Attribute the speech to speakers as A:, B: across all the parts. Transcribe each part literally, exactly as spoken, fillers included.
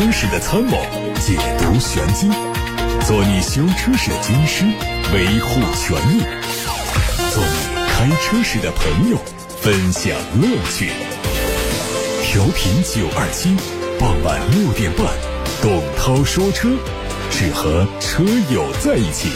A: 车时的参谋，解读玄机，做你修车时的军师，维护权益，做你开车时的朋友，分享乐趣。调频九二七，傍晚六点半，董涛说车，只和车友在一起。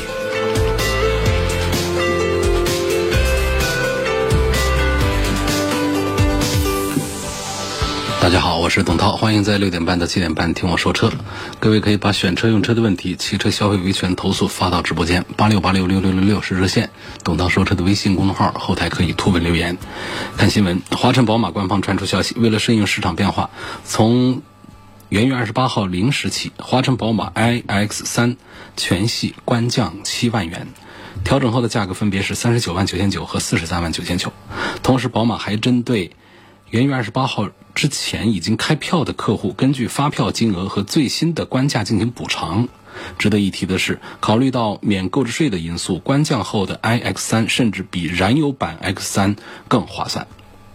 B: 大家好，我是董涛，欢迎在六点半到七点半听我说车。各位可以把选车用车的问题、汽车消费维权投诉发到直播间，八六八六六六六六是热线，董涛说车的微信公众号后台可以图文留言。看新闻，华晨宝马官方传出消息，为了顺应市场变化，从元月二十八号零时起，华晨宝马 i x 三 全系官降七万元，调整后的价格分别是三十九万九千九和四十三万九千九。同时，宝马还针对元月二十八号之前已经开票的客户，根据发票金额和最新的官价进行补偿。值得一提的是，考虑到免购置税的因素，官降后的 i x 三 甚至比燃油版 X 三 更划算。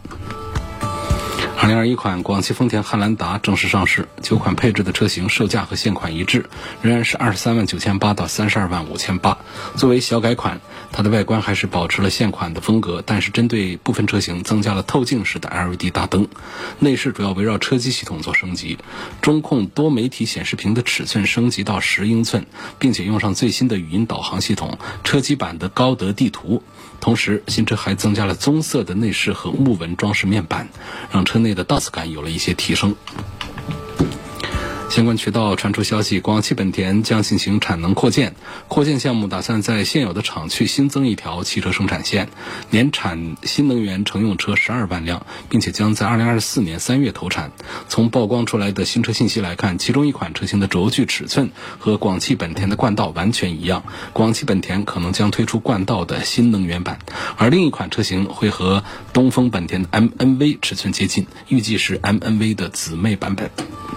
B: 二零二一款广汽丰田汉兰达正式上市，九款配置的车型售价和现款一致，仍然是二十三万九千八到三十二万五千八。作为小改款，它的外观还是保持了现款的风格，但是针对部分车型增加了透镜式的 L E D 大灯。内饰主要围绕车机系统做升级，中控多媒体显示屏的尺寸升级到十英寸，并且用上最新的语音导航系统，车机版的高德地图。同时，新车还增加了棕色的内饰和木纹装饰面板，让车内的档次感有了一些提升。相关渠道传出消息，广汽本田将进行产能扩建，扩建项目打算在现有的厂区新增一条汽车生产线，年产新能源乘用车十二万辆，并且将在二零二四年三月投产。从曝光出来的新车信息来看，其中一款车型的轴距尺寸和广汽本田的冠道完全一样，广汽本田可能将推出冠道的新能源版，而另一款车型会和东风本田的 M N V 尺寸接近，预计是 M N V 的姊妹版本。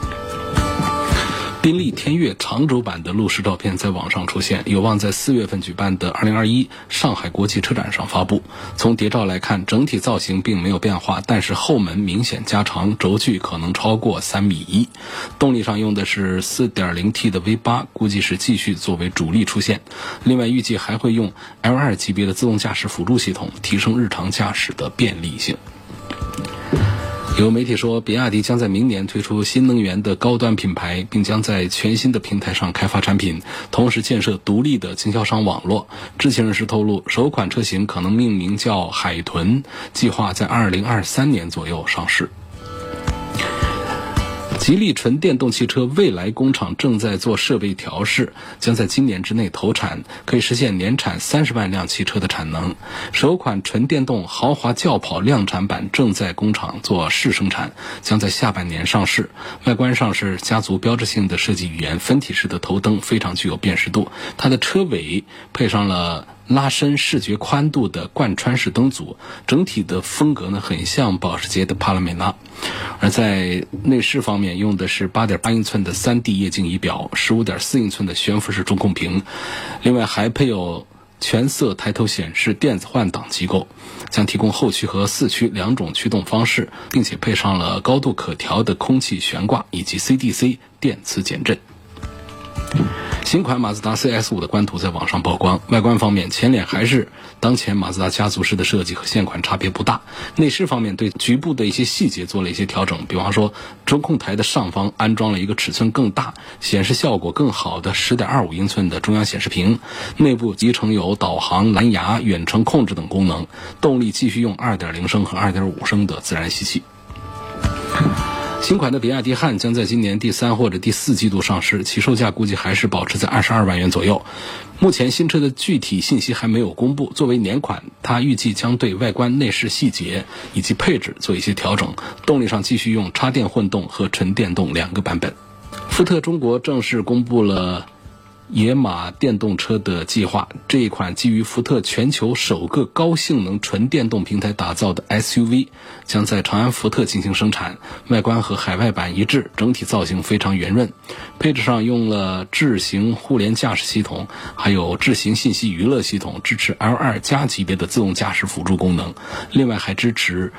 B: 宾利天越长轴版的路试照片在网上出现，有望在四月份举办的二零二一上海国际车展上发布。从谍照来看，整体造型并没有变化，但是后门明显加长，轴距可能超过三米一。动力上用的是 四点零 T 的 V 八， 估计是继续作为主力出现。另外预计还会用 L 二 级别的自动驾驶辅助系统，提升日常驾驶的便利性。有媒体说，比亚迪将在明年推出新能源的高端品牌，并将在全新的平台上开发产品，同时建设独立的经销商网络。知情人士透露，首款车型可能命名叫海豚，计划在二零二三年左右上市。吉利纯电动汽车未来工厂正在做设备调试，将在今年之内投产，可以实现年产三十万辆汽车的产能。首款纯电动豪华轿跑量产版正在工厂做试生产，将在下半年上市。外观上是家族标志性的设计语言，分体式的头灯非常具有辨识度，它的车尾配上了拉伸视觉宽度的贯穿式灯组，整体的风格呢很像保时捷的帕拉梅拉。而在内饰方面，用的是 八点八英寸的 三 D 液晶仪表， 十五点四英寸的悬浮式中控屏，另外还配有全色抬头显示电子换挡机构，将提供后驱和四驱两种驱动方式，并且配上了高度可调的空气悬挂以及 C D C 电磁减震。新款马自达 C X 五 的官图在网上曝光，外观方面，前脸还是当前马自达家族式的设计，和现款差别不大。内饰方面，对局部的一些细节做了一些调整，比方说中控台的上方安装了一个尺寸更大、显示效果更好的 十点二五英寸的中央显示屏，内部集成有导航、蓝牙、远程控制等功能。动力继续用 二点零 升和 二点五 升的自然吸气。新款的比亚迪汉将在今年第三或者第四季度上市，其售价估计还是保持在二十二万元左右。目前新车的具体信息还没有公布，作为年款，它预计将对外观内饰细节以及配置做一些调整。动力上继续用插电混动和纯电动两个版本。福特中国正式公布了野马电动车的计划，这一款基于福特全球首个高性能纯电动平台打造的 S U V 将在长安福特进行生产，外观和海外版一致，整体造型非常圆润。配置上用了智行互联驾驶系统，还有智行信息娱乐系统，支持 L 二 加级别的自动驾驶辅助功能，另外还支持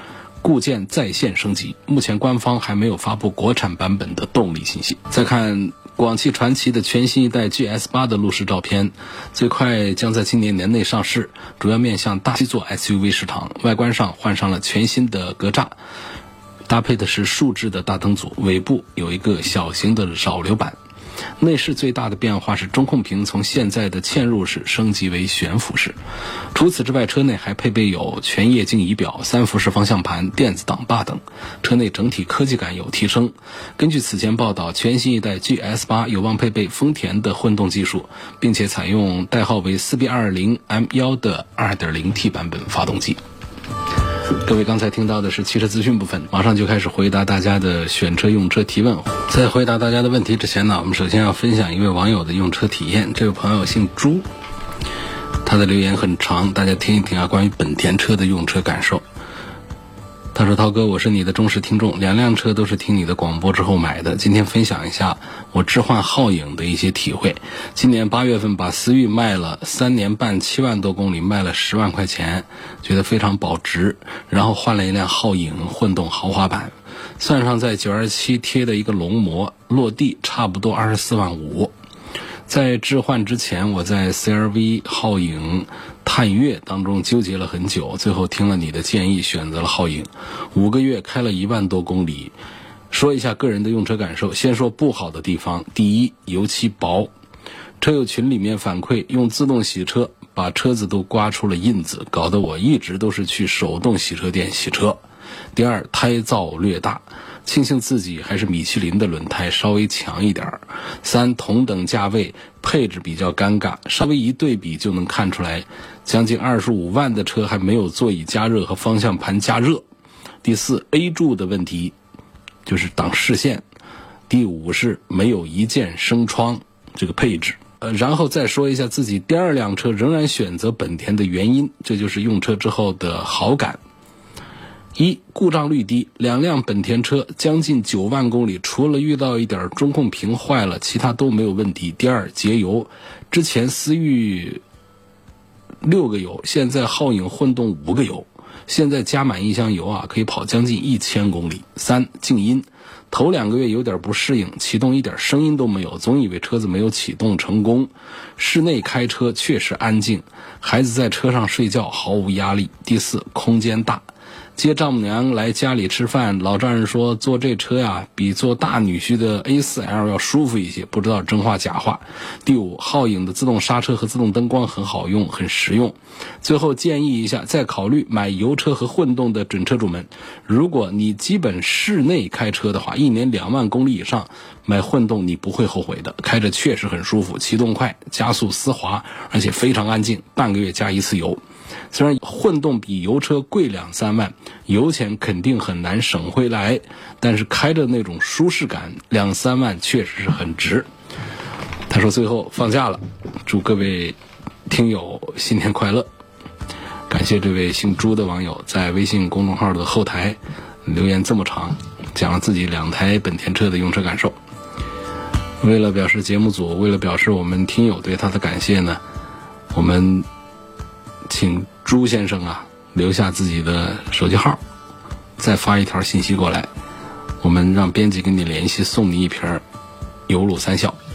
B: 固件在线升级。目前官方还没有发布国产版本的动力信息。再看广汽传祺的全新一代 G S 八 的路试照片，最快将在今年年内上市，主要面向大七座 S U V 市场。外观上换上了全新的格栅，搭配的是竖置的大灯组，尾部有一个小型的扰流板。内饰最大的变化是中控屏从现在的嵌入式升级为悬浮式。除此之外，车内还配备有全液晶仪表、三辐式方向盘、电子挡把等，车内整体科技感有提升。根据此前报道，全新一代 G S 八 有望配备丰田的混动技术，并且采用代号为 四 B 二零 M 一 的 二点零 T 版本发动机。各位刚才听到的是汽车资讯部分，马上就开始回答大家的选车用车提问。在回答大家的问题之前呢，我们首先要分享一位网友的用车体验。这位朋友姓朱，他的留言很长，大家听一听啊，关于本田车的用车感受。他说：涛哥，我是你的忠实听众，两辆车都是听你的广播之后买的，今天分享一下我置换皓影的一些体会。今年八月份把思域卖了三年半，七万多公里，卖了十万块钱，觉得非常保值，然后换了一辆皓影混动豪华版，算上在九二七贴的一个龙膜，落地差不多二十四万五。在置换之前，我在 C R V、皓影、探岳当中纠结了很久，最后听了你的建议，选择了皓影。五个月开了一万多公里。说一下个人的用车感受，先说不好的地方。第一，油漆薄。车友群里面反馈，用自动洗车把车子都刮出了印子，搞得我一直都是去手动洗车店洗车。第二，胎噪略大，庆幸自己还是米其林的轮胎，稍微强一点。三，同等价位配置比较尴尬，稍微一对比就能看出来，将近二十五万的车还没有座椅加热和方向盘加热。第四， A 柱的问题就是挡视线。第五是没有一键升窗这个配置。呃，然后再说一下自己第二辆车仍然选择本田的原因，这就是用车之后的好感。一，故障率低，两辆本田车将近九万公里，除了遇到一点中控屏坏了，其他都没有问题。第二，节油，之前思域六个油，现在皓影混动五个油，现在加满一箱油啊，可以跑将近一千公里。三，静音，头两个月有点不适应，启动一点声音都没有，总以为车子没有启动成功。室内开车确实安静，孩子在车上睡觉毫无压力。第四，空间大。接丈母娘来家里吃饭，老丈人说坐这车呀比坐大女婿的 A 四 L 要舒服一些，不知道真话假话。第五，皓影的自动刹车和自动灯光很好用，很实用。最后建议一下，在考虑买油车和混动的准车主们，如果你基本室内开车的话，一年两万公里以上，买混动你不会后悔的，开着确实很舒服，启动快，加速丝滑，而且非常安静，半个月加一次油。虽然混动比油车贵两三万，油钱肯定很难省回来，但是开着那种舒适感，两三万确实是很值。他说最后放假了，祝各位听友新年快乐。感谢这位姓朱的网友在微信公众号的后台留言这么长，讲了自己两台本田车的用车感受。为了表示节目组，为了表示我们听友对他的感谢呢，我们请朱先生啊留下自己的手机号，再发一条信息过来，我们让编辑跟你联系，送你一瓶油鲁三效。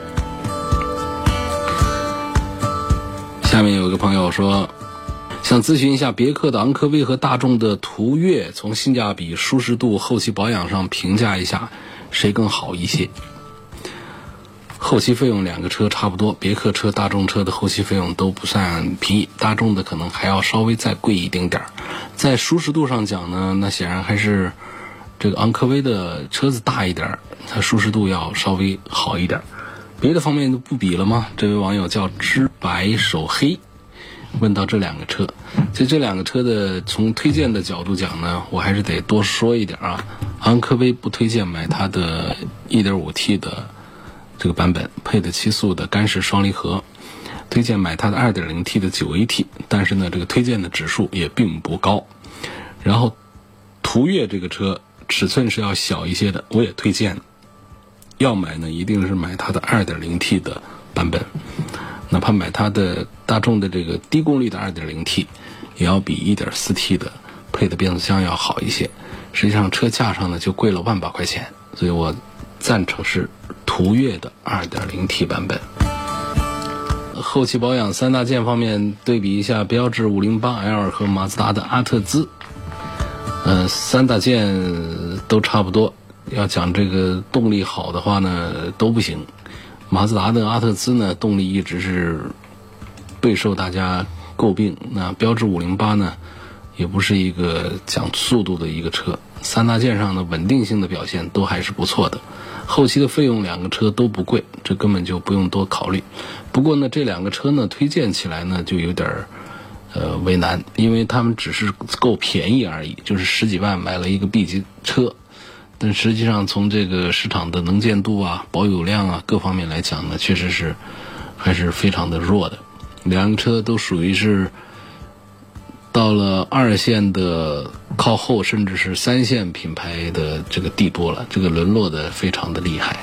B: 下面有个朋友说，想咨询一下别克的昂科威和大众的途岳，从性价比、舒适度、后期保养上评价一下谁更好一些。后期费用两个车差不多，别克车、大众车的后期费用都不算便宜，大众的可能还要稍微再贵一丁点儿。在舒适度上讲呢，那显然还是这个昂科威的车子大一点，它舒适度要稍微好一点。别的方面都不比了吗？这位网友叫知白手黑，问到这两个车，就这两个车的从推荐的角度讲呢，我还是得多说一点啊。昂科威不推荐买它的 一点五 T 的这个版本，配的七速的干式双离合，推荐买它的 二点零 T 的 九 A T， 但是呢这个推荐的指数也并不高。然后途岳这个车尺寸是要小一些的，我也推荐要买呢一定是买它的 二点零 T 的版本，哪怕买它的大众的这个低功率的 二点零 T 也要比 一点四 T 的配的变速箱要好一些。实际上车价上呢就贵了万把块钱，所以我赞成是途岳的 二点零 T 版本。后期保养三大件方面对比一下，标致 五零八 L 和马自达的阿特兹，呃，三大件都差不多。要讲这个动力好的话呢，都不行。马自达的阿特兹呢，动力一直是备受大家诟病。那标致五零八呢，也不是一个讲速度的一个车。三大件上的稳定性的表现都还是不错的。后期的费用两个车都不贵，这根本就不用多考虑。不过呢，这两个车呢推荐起来呢就有点呃为难，因为他们只是够便宜而已，就是十几万买了一个 B 级车。但实际上从这个市场的能见度啊、保有量啊各方面来讲呢，确实是还是非常的弱的。两个车都属于是到了二线的靠后，甚至是三线品牌的这个地步了，这个沦落的非常的厉害。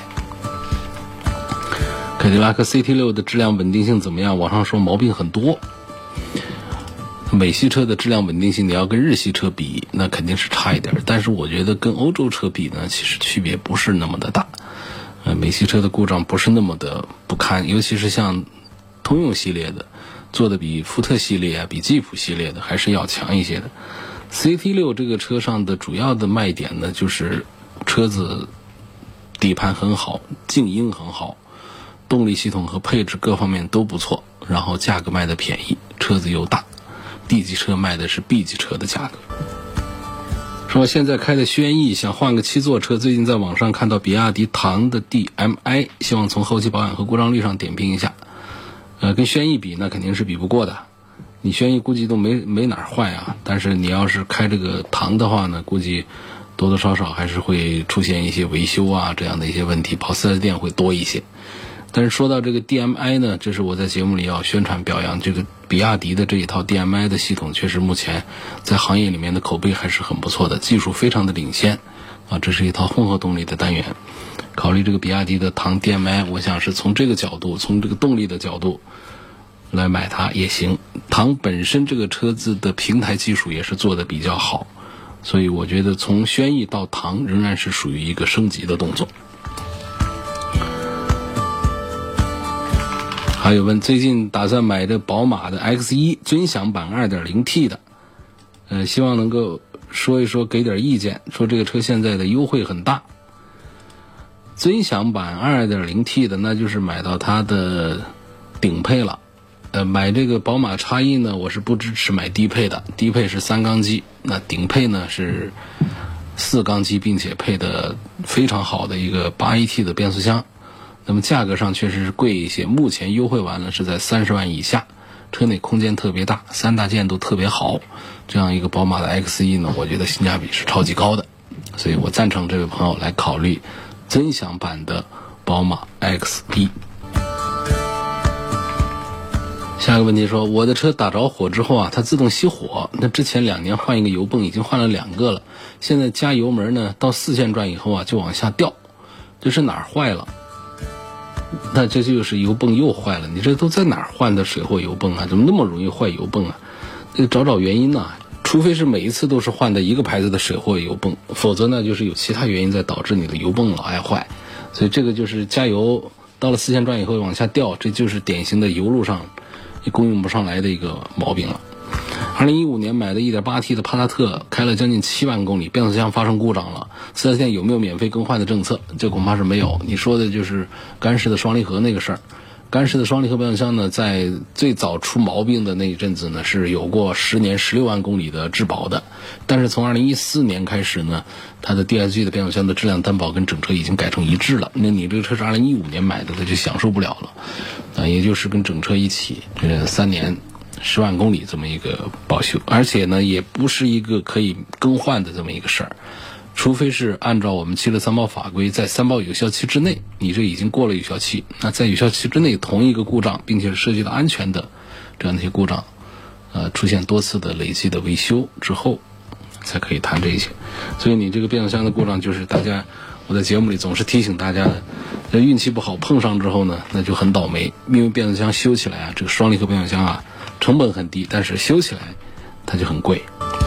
B: 凯迪拉克 C T 六 的质量稳定性怎么样？网上说毛病很多。美系车的质量稳定性你要跟日系车比，那肯定是差一点，但是我觉得跟欧洲车比呢，其实区别不是那么的大。呃，美系车的故障不是那么的不堪，尤其是像通用系列的做的比福特系列啊、比吉普系列的还是要强一些的。C T 六 这个车上的主要的卖点呢，就是车子底盘很好，静音很好，动力系统和配置各方面都不错，然后价格卖的便宜，车子又大。D 级车卖的是 B 级车的价格。说现在开的轩逸想换个七座车，最近在网上看到比亚迪唐的 D M I， 希望从后期保养和故障率上点评一下。呃，跟轩逸比那肯定是比不过的，你轩逸估计都没没哪儿坏啊。但是你要是开这个唐的话呢，估计多多少少还是会出现一些维修啊这样的一些问题，跑四 S 店会多一些。但是说到这个 D M I 呢，这是我在节目里要宣传表扬，这个比亚迪的这一套 D M I 的系统确实目前在行业里面的口碑还是很不错的，技术非常的领先啊。这是一套混合动力的单元，考虑这个比亚迪的唐 D M I， 我想是从这个角度，从这个动力的角度来买它也行。唐本身这个车子的平台技术也是做的比较好，所以我觉得从轩逸到唐仍然是属于一个升级的动作。还有问最近打算买这宝马的 X 一 尊享版 二点零 T 的，呃，希望能够说一说，给点意见，说这个车现在的优惠很大。尊享版 二点零 T 的那就是买到它的顶配了。呃，买这个宝马 X 一 呢，我是不支持买低配的，低配是三缸机，那顶配呢是四缸机，并且配的非常好的一个 八 A T 的变速箱。那么价格上确实是贵一些，目前优惠完了是在三十万以下，车内空间特别大，三大件都特别好，这样一个宝马的 X 一 呢，我觉得性价比是超级高的，所以我赞成这位朋友来考虑尊享版的宝马 X 一。下一个问题说，我的车打着火之后啊，它自动熄火，那之前两年换一个油泵已经换了两个了，现在加油门呢，到四线转以后啊就往下掉，这是哪儿坏了？那这就是油泵又坏了，你这都在哪儿换的水货油泵啊？怎么那么容易坏油泵啊？这找找原因呢、啊？除非是每一次都是换的一个牌子的水货油泵，否则呢就是有其他原因在导致你的油泵老爱坏。所以这个就是加油到了四线转以后往下掉，这就是典型的油路上也供应不上来的一个毛病了。二零一五年买的 一点八 T 的帕萨特，开了将近七万公里，变速箱发生故障了，四 S 店有没有免费更换的政策？这恐怕是没有。你说的就是干式的双离合那个事儿。干式的双离合变速箱呢，在最早出毛病的那一阵子呢，是有过十年十六万公里的质保的。但是从二零一四年开始呢，它的 D S G 的变速箱的质量担保跟整车已经改成一致了。那你这个车是二零一五年买的，它就享受不了了啊，也就是跟整车一起这三年十万公里这么一个保修，而且呢也不是一个可以更换的这么一个事儿，除非是按照我们汽车三包法规，在三包有效期之内，你这已经过了有效期，那在有效期之内同一个故障，并且是涉及到安全的这样的一些故障，呃，出现多次的累计的维修之后，才可以谈这些。所以你这个变速箱的故障，就是大家我在节目里总是提醒大家的，这运气不好碰上之后呢，那就很倒霉，因为变速箱修起来啊，这个双离合变速箱啊，成本很低，但是修起来它就很贵。开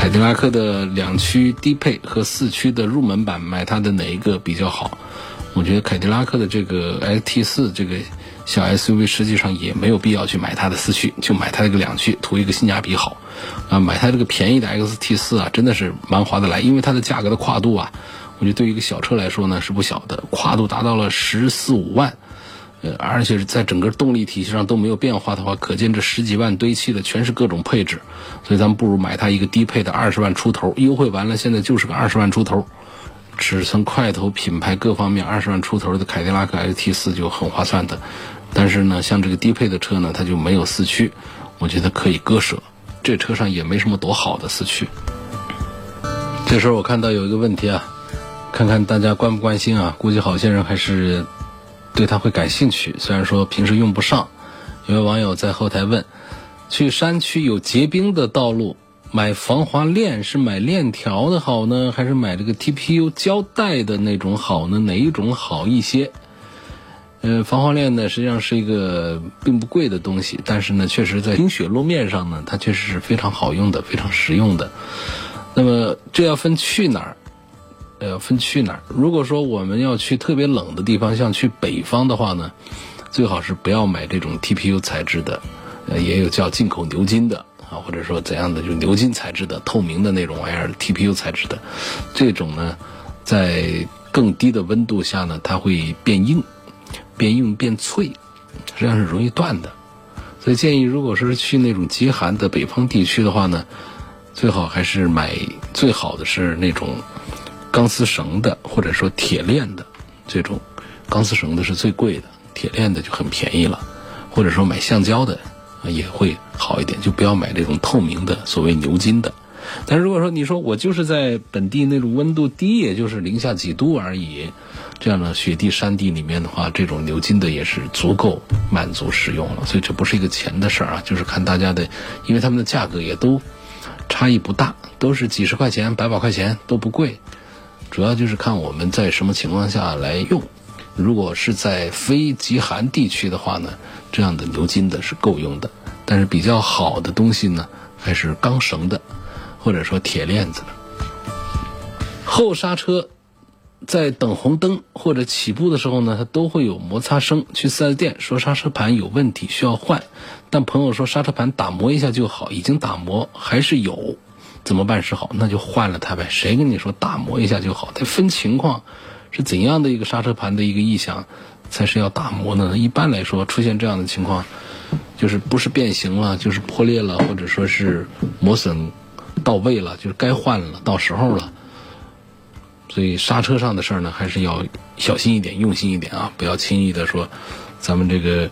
B: 凯迪拉克的两驱低配和四驱的入门版，买它的哪一个比较好？我觉得凯迪拉克的这个 X T 四 这个小 S U V 实际上也没有必要去买它的四驱，就买它这个两驱，图一个性价比好啊。买它这个便宜的 X T 四 啊，真的是蛮划得来，因为它的价格的跨度啊，我觉得对于一个小车来说呢是不小的，跨度达到了十四五万。呃，而且是在整个动力体系上都没有变化的话，可见这十几万堆砌的全是各种配置，所以咱们不如买它一个低配的二十万出头，优惠完了现在就是个二十万出头，尺寸、块头、品牌各方面二十万出头的凯迪拉克 X T 四 就很划算的。但是呢，像这个低配的车呢，它就没有四驱，我觉得可以割舍。这车上也没什么多好的四驱。这时候我看到有一个问题啊，看看大家关不关心啊？估计好些人还是对它会感兴趣，虽然说平时用不上。有位网友在后台问，去山区有结冰的道路，买防滑链是买链条的好呢，还是买这个 T P U 胶带的那种好呢？哪一种好一些？呃，防滑链呢实际上是一个并不贵的东西，但是呢确实在冰雪路面上呢，它确实是非常好用的，非常实用的。那么这要分去哪儿？呃，分去哪儿？如果说我们要去特别冷的地方，像去北方的话呢，最好是不要买这种 T P U 材质的，呃，也有叫进口牛筋的啊，或者说怎样的，就牛筋材质的、透明的那种玩意儿 T P U 材质的，这种呢，在更低的温度下呢，它会变硬、变硬、变脆，实际上是容易断的。所以建议，如果说是去那种极寒的北方地区的话呢，最好还是买最好的是那种钢丝绳的，或者说铁链的，这种钢丝绳的是最贵的，铁链的就很便宜了，或者说买橡胶的也会好一点，就不要买这种透明的所谓牛筋的。但如果说你说我就是在本地那种温度低，也就是零下几度而已，这样的雪地山地里面的话，这种牛筋的也是足够满足使用了。所以这不是一个钱的事儿啊，就是看大家的，因为他们的价格也都差异不大，都是几十块钱、百把块钱，都不贵。主要就是看我们在什么情况下来用。如果是在非极寒地区的话呢，这样的牛筋的是够用的。但是比较好的东西呢，还是钢绳的，或者说铁链子的。后刹车在等红灯或者起步的时候呢，它都会有摩擦声。去四 S 店说刹车盘有问题需要换，但朋友说刹车盘打磨一下就好，已经打磨还是有，怎么办是好？那就换了它呗。谁跟你说打磨一下就好？得分情况，是怎样的一个刹车盘的一个异响才是要打磨呢？一般来说出现这样的情况，就是不是变形了，就是破裂了，或者说是磨损到位了，就是该换了，到时候了。所以刹车上的事儿呢，还是要小心一点，用心一点啊，不要轻易的说咱们这个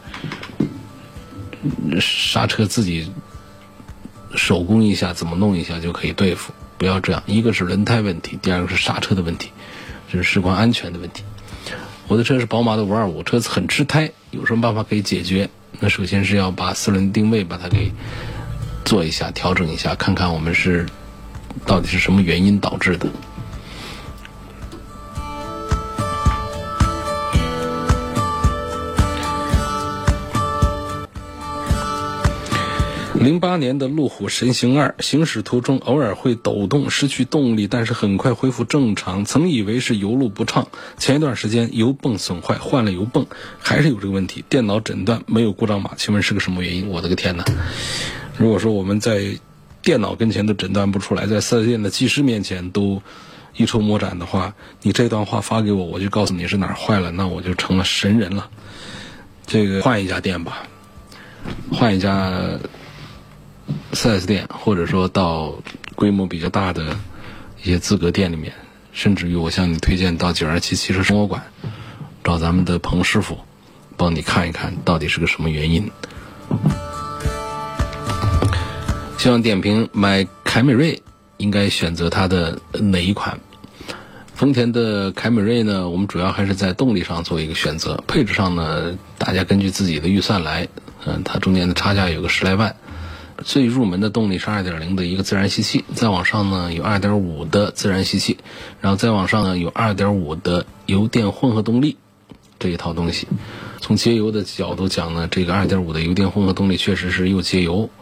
B: 刹车自己手工一下怎么弄一下就可以对付，不要这样。一个是轮胎问题，第二个是刹车的问题，这是事关安全的问题。我的车是宝马的五二五，车子很吃胎，有什么办法可以解决？那首先是要把四轮定位把它给做一下，调整一下，看看我们是到底是什么原因导致的。零八年的路虎神行二行驶途中偶尔会抖动失去动力，但是很快恢复正常，曾以为是油路不畅，前一段时间油泵损坏换了油泵，还是有这个问题，电脑诊断没有故障码，请问是个什么原因？我的个天哪，如果说我们在电脑跟前都诊断不出来，在四 S 店的技师面前都一筹莫展的话，你这段话发给我，我就告诉你是哪儿坏了，那我就成了神人了。这个换一家店吧，换一家四 S 店，或者说到规模比较大的一些资格店里面，甚至于我向你推荐到九二七汽车生活馆，找咱们的彭师傅帮你看一看到底是个什么原因。希望点评买凯美瑞应该选择它的哪一款？丰田的凯美瑞呢，我们主要还是在动力上做一个选择，配置上呢，大家根据自己的预算来，嗯，它中间的差价有个十来万。最入门的动力是 二点零 的一个自然吸气，再往上呢有 二点五 的自然吸气，然后再往上呢有 二点五 的油电混合动力这一套东西。从节油的角度讲呢，这个 二点五 的油电混合动力确实是又节油，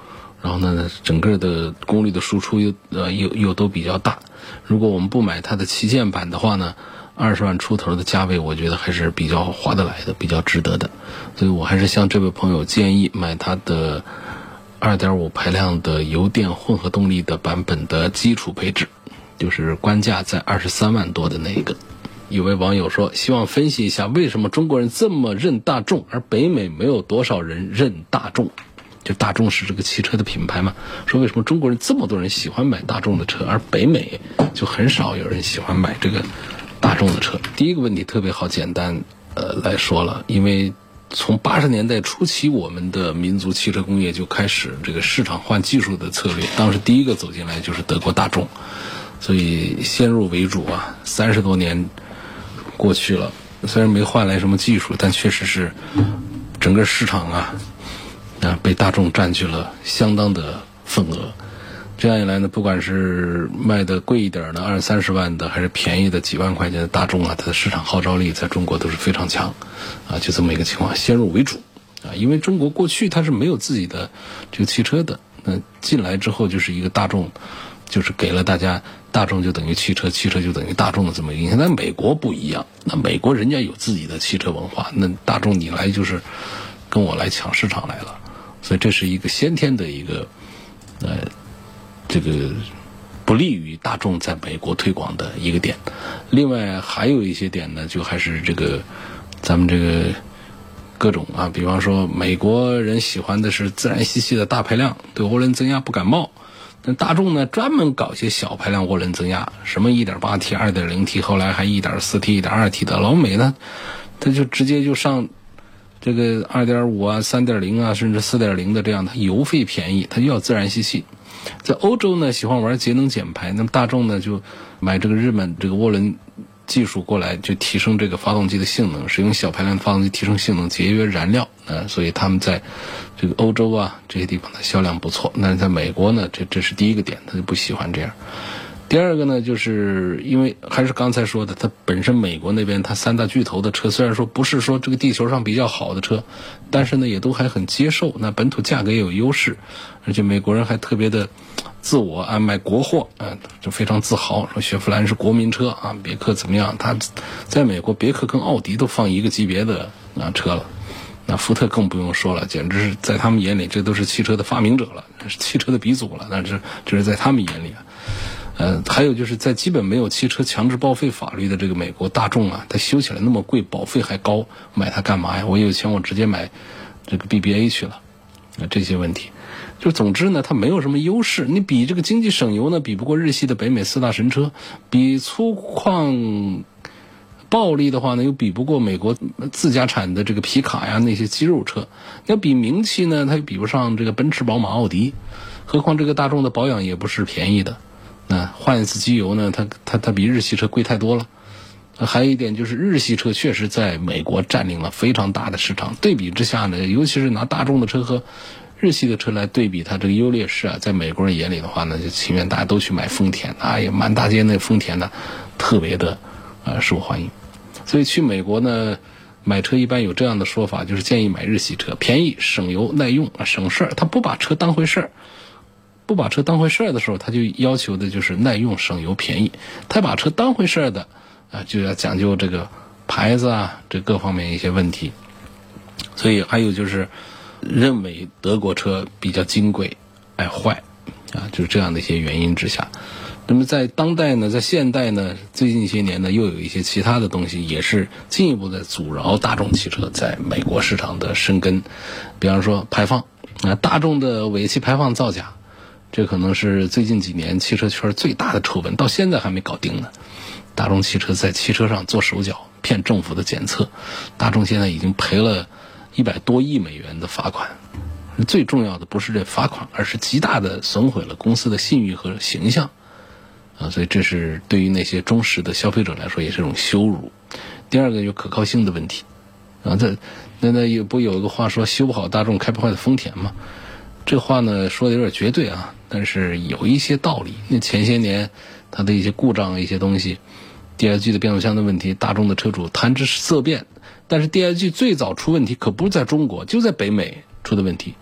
B: 然后呢，整个的功率的输出又呃又又都比较大。如果我们不买它的旗舰版的话呢，二十万出头的价位，我觉得还是比较划得来的，比较值得的。所以我还是向这位朋友建议买它的 二点五 排量的油电混合动力的版本的基础配置，就是官价在二十三万多的那个。有位网友说，希望分析一下为什么中国人这么认大众，而北美没有多少人认大众。就大众是这个汽车的品牌嘛，说为什么中国人这么多人喜欢买大众的车，而北美就很少有人喜欢买这个大众的车。第一个问题特别好简单呃来说了，因为从八十年代初期，我们的民族汽车工业就开始这个市场化技术的策略，当时第一个走进来就是德国大众，所以先入为主啊，三十多年过去了，虽然没换来什么技术，但确实是整个市场啊啊，被大众占据了相当的份额。这样一来呢，不管是卖的贵一点的二三十万的，还是便宜的几万块钱的大众啊，它的市场号召力在中国都是非常强啊，就这么一个情况，先入为主啊，因为中国过去它是没有自己的这个汽车的，那进来之后就是一个大众，就是给了大家大众就等于汽车，汽车就等于大众的这么一个印象。但美国不一样，那美国人家有自己的汽车文化，那大众你来就是跟我来抢市场来了。所以这是一个先天的一个呃这个不利于大众在美国推广的一个点。另外还有一些点呢，就还是这个咱们这个各种啊，比方说美国人喜欢的是自然吸气的大排量，对涡轮增压不感冒，但大众呢专门搞些小排量涡轮增压，什么 一点八 T 二点零 T 后来还 一点四 T 一点二 T 的，老美呢他就直接就上这个 二点五 啊 三点零 啊甚至 四点零 的，这样它油费便宜，它就要自然吸气。在欧洲呢喜欢玩节能减排，那么大众呢就买这个日本这个涡轮技术过来，就提升这个发动机的性能，使用小排量发动机提升性能，节约燃料啊，所以他们在这个欧洲啊这些地方的销量不错。但是在美国呢，这这是第一个点，他就不喜欢这样。第二个呢，就是因为还是刚才说的，它本身美国那边它三大巨头的车，虽然说不是说这个地球上比较好的车，但是呢也都还很接受，那本土价格也有优势，而且美国人还特别的自我啊，买国货啊，就非常自豪，说雪佛兰是国民车啊，别克怎么样，他在美国别克跟奥迪都放一个级别的啊车了，那福特更不用说了，简直是在他们眼里这都是汽车的发明者了，是汽车的鼻祖了，那这这是在他们眼里啊。呃，还有就是在基本没有汽车强制报废法律的这个美国大众啊，它修起来那么贵，保费还高，买它干嘛呀？我有钱我直接买这个 B B A 去了，啊，这些问题，就总之呢，它没有什么优势。你比这个经济省油呢，比不过日系的北美四大神车；比粗犷暴力的话呢，又比不过美国自家产的这个皮卡呀那些肌肉车。要比名气呢，它又比不上这个奔驰、宝马、奥迪。何况这个大众的保养也不是便宜的。那换一次机油呢，它它它比日系车贵太多了。还有一点就是日系车确实在美国占领了非常大的市场，对比之下呢，尤其是拿大众的车和日系的车来对比它这个优劣势啊，在美国人眼里的话呢，就情愿大家都去买丰田，哎呀，满大街那丰田呢特别的呃受欢迎。所以去美国呢买车一般有这样的说法，就是建议买日系车，便宜、省油、耐用、省事儿。他不把车当回事儿。不把车当回事儿的时候，他就要求的就是耐用、省油、便宜。他把车当回事儿的啊，就要讲究这个牌子啊，这各方面一些问题。所以还有就是认为德国车比较金贵、爱坏啊，就是这样的一些原因之下。那么在当代呢，在现代呢，最近一些年呢，又有一些其他的东西也是进一步的阻挠大众汽车在美国市场的生根。比方说排放啊，大众的尾气排放造假。这可能是最近几年汽车圈最大的丑闻，到现在还没搞定呢。大众汽车在汽车上做手脚，骗政府的检测，大众现在已经赔了一百多亿美元的罚款。最重要的不是这罚款，而是极大的损毁了公司的信誉和形象啊！所以这是对于那些忠实的消费者来说也是一种羞辱。第二个就是可靠性的问题啊，这那那也不有一个话说，修不好大众开不坏的丰田吗？这话呢说的有点绝对啊，但是有一些道理。那前些年它的一些故障一些东西 D I G 的变速箱的问题，大众的车主谈之色变。但是 D I G 最早出问题可不是在中国，就在北美出的问题。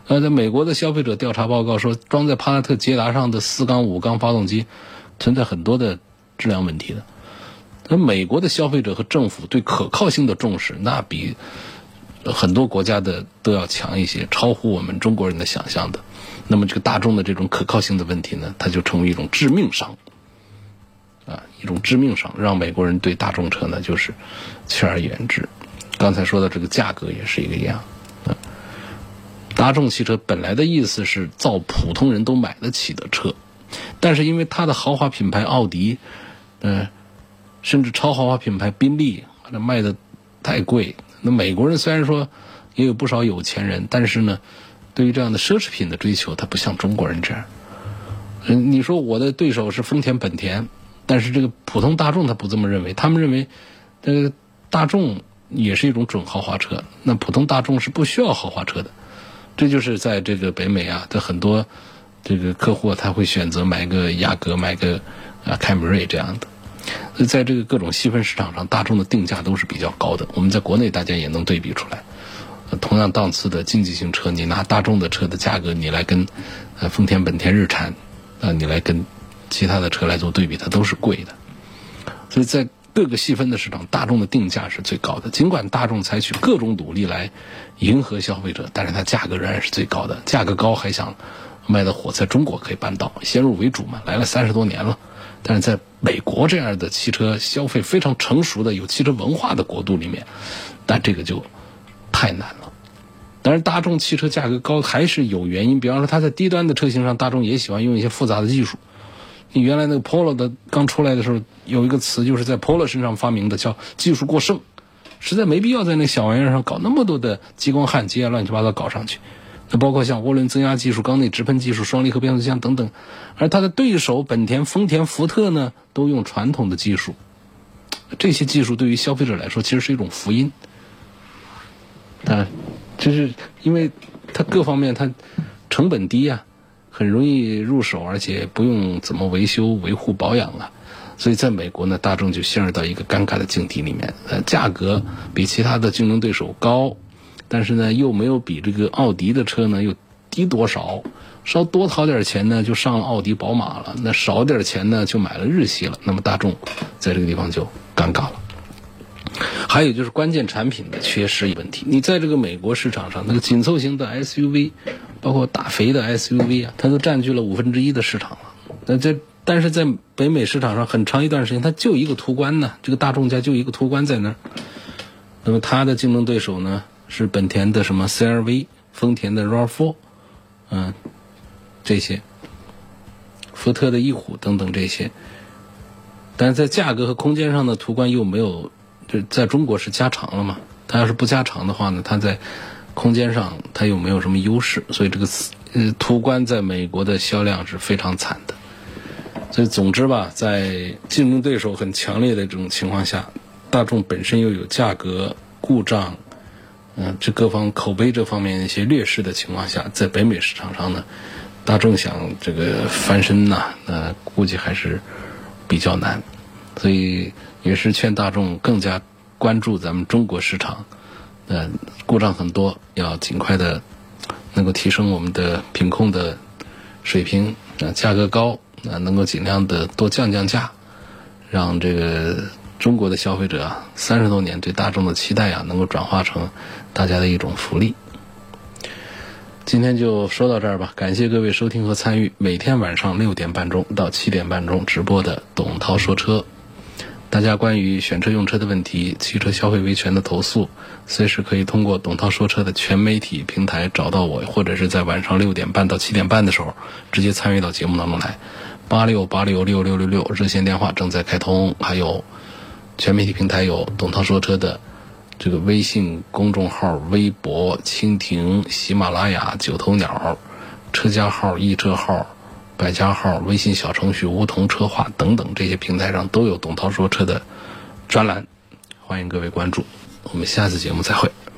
B: 呃，在美国的消费者调查报告说，装在帕萨特捷达上的四缸、五缸发动机存在很多的质量问题的。那美国的消费者和政府对可靠性的重视，那比很多国家的都要强一些，超乎我们中国人的想象的。那么这个大众的这种可靠性的问题呢，它就成为一种致命伤啊，一种致命伤，让美国人对大众车呢就是敬而远之。刚才说的这个价格也是一个样啊。大众汽车本来的意思是造普通人都买得起的车，但是因为它的豪华品牌奥迪，呃，甚至超豪华品牌宾利，那卖的太贵。那美国人虽然说也有不少有钱人，但是呢，对于这样的奢侈品的追求，他不像中国人这样。嗯，你说我的对手是丰田、本田，但是这个普通大众他不这么认为，他们认为这个大众也是一种准豪华车，那普通大众是不需要豪华车的。这就是在这个北美啊的很多这个客户他会选择买个雅阁，买个啊凯美瑞这样的。在这个各种细分市场上，大众的定价都是比较高的，我们在国内大家也能对比出来。同样档次的经济型车，你拿大众的车的价格，你来跟呃丰田、本田、日产啊，你来跟其他的车来做对比，它都是贵的。所以在各个细分的市场，大众的定价是最高的。尽管大众采取各种努力来迎合消费者，但是它价格仍然是最高的。价格高还想卖得火，在中国可以办到，先入为主嘛，来了三十多年了。但是在美国这样的汽车消费非常成熟的、有汽车文化的国度里面，但这个就太难了。当然，大众汽车价格高还是有原因，比方说它在低端的车型上，大众也喜欢用一些复杂的技术。你原来那个 Polo 的刚出来的时候，有一个词就是在 Polo 身上发明的，叫技术过剩，实在没必要在那小玩意儿上搞那么多的激光焊接啊，乱七八糟搞上去。那包括像涡轮增压技术、缸内直喷技术、双离合变速箱等等，而它的对手本田、丰田、福特呢，都用传统的技术。这些技术对于消费者来说，其实是一种福音。啊，就是因为它各方面它成本低啊，很容易入手，而且不用怎么维修、维护、保养啊。所以在美国呢，大众就陷入到一个尴尬的境地里面。呃，价格比其他的竞争对手高，但是呢，又没有比这个奥迪的车呢又低多少。稍多掏点钱呢，就上了奥迪、宝马了；那少点钱呢，就买了日系了。那么大众在这个地方就尴尬了。还有就是关键产品的缺失问题。你在这个美国市场上，那个紧凑型的 S U V， 包括大肥的 S U V 啊，它都占据了五分之一的市场了。那这但是在北美市场上，很长一段时间它就一个途观呢，这个大众家就一个途观在那儿。那么它的竞争对手呢是本田的什么 C R V， 丰田的 R A V 四， 嗯，这些，福特的翼虎等等这些。但是在价格和空间上的途观又没有。就在中国是加长了嘛，它要是不加长的话呢，它在空间上它又没有什么优势，所以这个呃途观在美国的销量是非常惨的。所以总之吧，在竞争对手很强烈的这种情况下，大众本身又有价格故障，嗯、呃，这各方口碑这方面一些劣势的情况下，在北美市场上呢，大众想这个翻身呐，那估计还是比较难。所以也是劝大众更加关注咱们中国市场，呃，故障很多，要尽快的能够提升我们的品控的水平，啊，价格高，啊，能够尽量的多降降价，让这个中国的消费者啊，三十多年对大众的期待啊，能够转化成大家的一种福利。今天就说到这儿吧，感谢各位收听和参与每天晚上六点半钟到七点半钟直播的董涛说车。大家关于选车用车的问题、汽车消费维权的投诉，随时可以通过董涛说车的全媒体平台找到我，或者是在晚上六点半到七点半的时候直接参与到节目当中来。八六八六六六六六热线电话正在开通，还有全媒体平台有董涛说车的这个微信公众号、微博、蜻蜓、喜马拉雅、九头鸟、车家号、易车号、百家号、微信小程序、梧桐车话等等，这些平台上都有董涛说车的专栏，欢迎各位关注。我们下次节目再会。